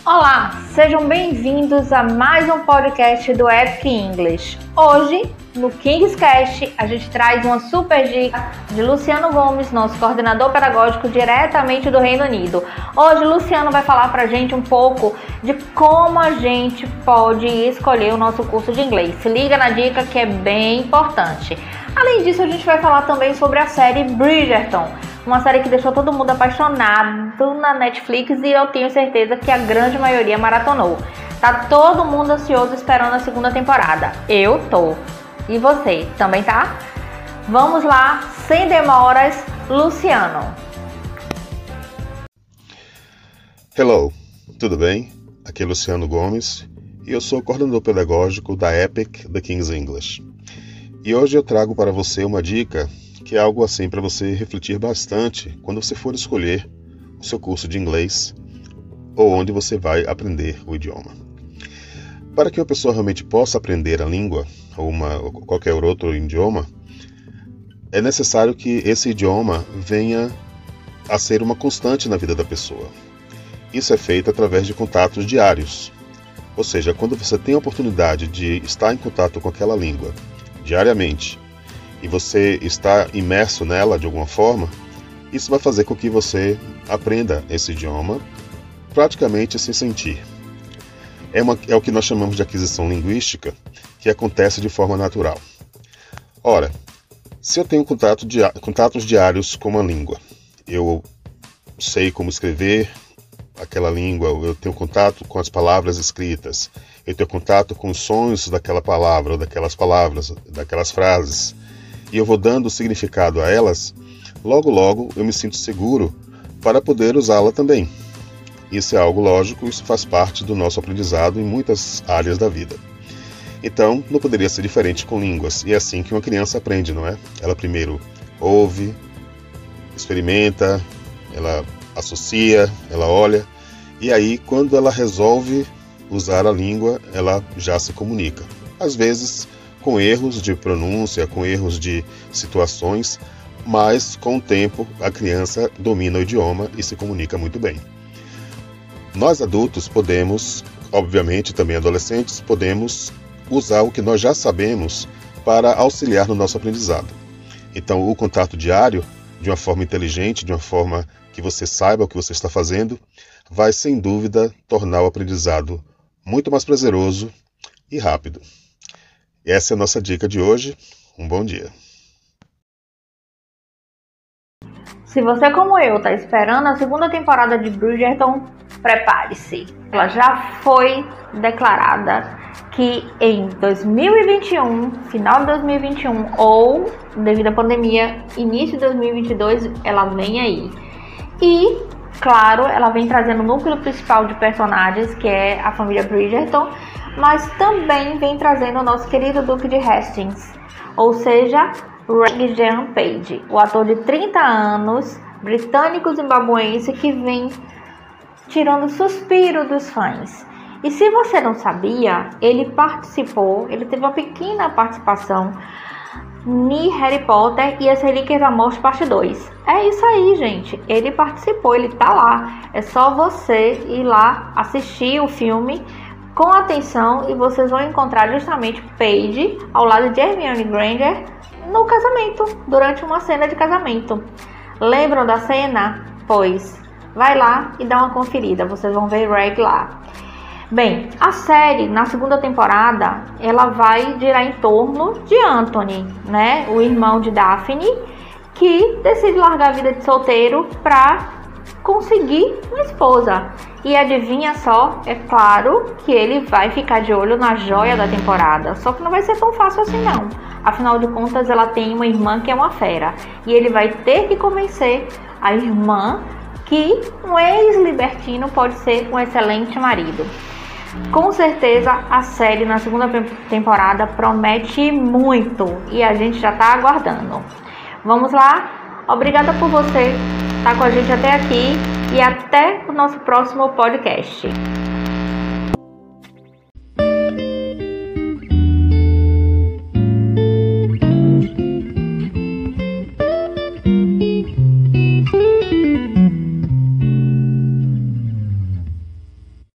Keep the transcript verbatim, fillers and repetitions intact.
Olá, sejam bem-vindos a mais um podcast do Epic English. Hoje, no King's Cast, a gente traz uma super dica de Luciano Gomes, nosso coordenador pedagógico diretamente do Reino Unido. Hoje, Luciano vai falar pra gente um pouco de como a gente pode escolher o nosso curso de inglês. Se liga na dica que é bem importante. Além disso, a gente vai falar também sobre a série Bridgerton, uma série que deixou todo mundo apaixonado na Netflix e eu tenho certeza que a grande maioria maratonou. Tá todo mundo ansioso esperando a segunda temporada. Eu tô. E você, também tá? Vamos lá, sem demoras, Luciano. Hello, tudo bem? Aqui é Luciano Gomes e eu sou o coordenador pedagógico da Epic The King's English. E hoje eu trago para você uma dica que é algo assim para você refletir bastante quando você for escolher o seu curso de inglês ou onde você vai aprender o idioma. Para que uma pessoa realmente possa aprender a língua ou, uma, ou qualquer outro idioma, é necessário que esse idioma venha a ser uma constante na vida da pessoa. Isso é feito através de contatos diários. Ou seja, quando você tem a oportunidade de estar em contato com aquela língua diariamente, e você está imerso nela de alguma forma, isso vai fazer com que você aprenda esse idioma praticamente sem sentir. É, uma, é o que nós chamamos de aquisição linguística, que acontece de forma natural. Ora, se eu tenho contato dia, contatos diários com uma língua, eu sei como escrever aquela língua, eu tenho contato com as palavras escritas, eu tenho contato com os sons daquela palavra, ou daquelas palavras, daquelas frases, e eu vou dando significado a elas, logo logo eu me sinto seguro para poder usá-la também. Isso é algo lógico, isso faz parte do nosso aprendizado em muitas áreas da vida. Então, não poderia ser diferente com línguas, e é assim que uma criança aprende, não é? Ela primeiro ouve, experimenta, ela associa, ela olha, e aí quando ela resolve usar a língua, ela já se comunica. Às vezes com erros de pronúncia, com erros de situações, mas com o tempo a criança domina o idioma e se comunica muito bem. Nós adultos podemos, obviamente também adolescentes, podemos usar o que nós já sabemos para auxiliar no nosso aprendizado. Então o contato diário, de uma forma inteligente, de uma forma que você saiba o que você está fazendo, vai sem dúvida tornar o aprendizado muito mais prazeroso e rápido. Essa é a nossa dica de hoje. Um bom dia. Se você, como eu, está esperando a segunda temporada de Bridgerton, prepare-se. Ela já foi declarada que em dois mil e vinte e um, final de dois mil e vinte e um ou, devido à pandemia, início de dois mil e vinte e dois, ela vem aí. E, claro, ela vem trazendo o núcleo principal de personagens, que é a família Bridgerton, mas também vem trazendo o nosso querido Duque de Hastings, ou seja, Regis-Jean Page, o ator de trinta anos, britânico-zimbabuense, que vem tirando suspiro dos fãs. E se você não sabia, ele participou, ele teve uma pequena participação em Harry Potter e as Relíquias da Morte parte dois. É isso aí, gente. Ele participou, ele tá lá. É só você ir lá assistir o filme com atenção e vocês vão encontrar justamente Paige ao lado de Hermione Granger no casamento, durante uma cena de casamento. Lembram da cena? Pois, vai lá e dá uma conferida, vocês vão ver Reg lá. Bem, a série, na segunda temporada, ela vai girar em torno de Anthony, né? O irmão de Daphne, que decide largar a vida de solteiro para conseguir uma esposa. E adivinha só, é claro que ele vai ficar de olho na joia da temporada. Só que não vai ser tão fácil assim não. Afinal de contas, ela tem uma irmã que é uma fera. E ele vai ter que convencer a irmã que um ex-libertino pode ser um excelente marido. Com certeza a série na segunda temporada promete muito e a gente já está aguardando. Vamos lá? Obrigada por você estar com a gente até aqui e até o nosso próximo podcast.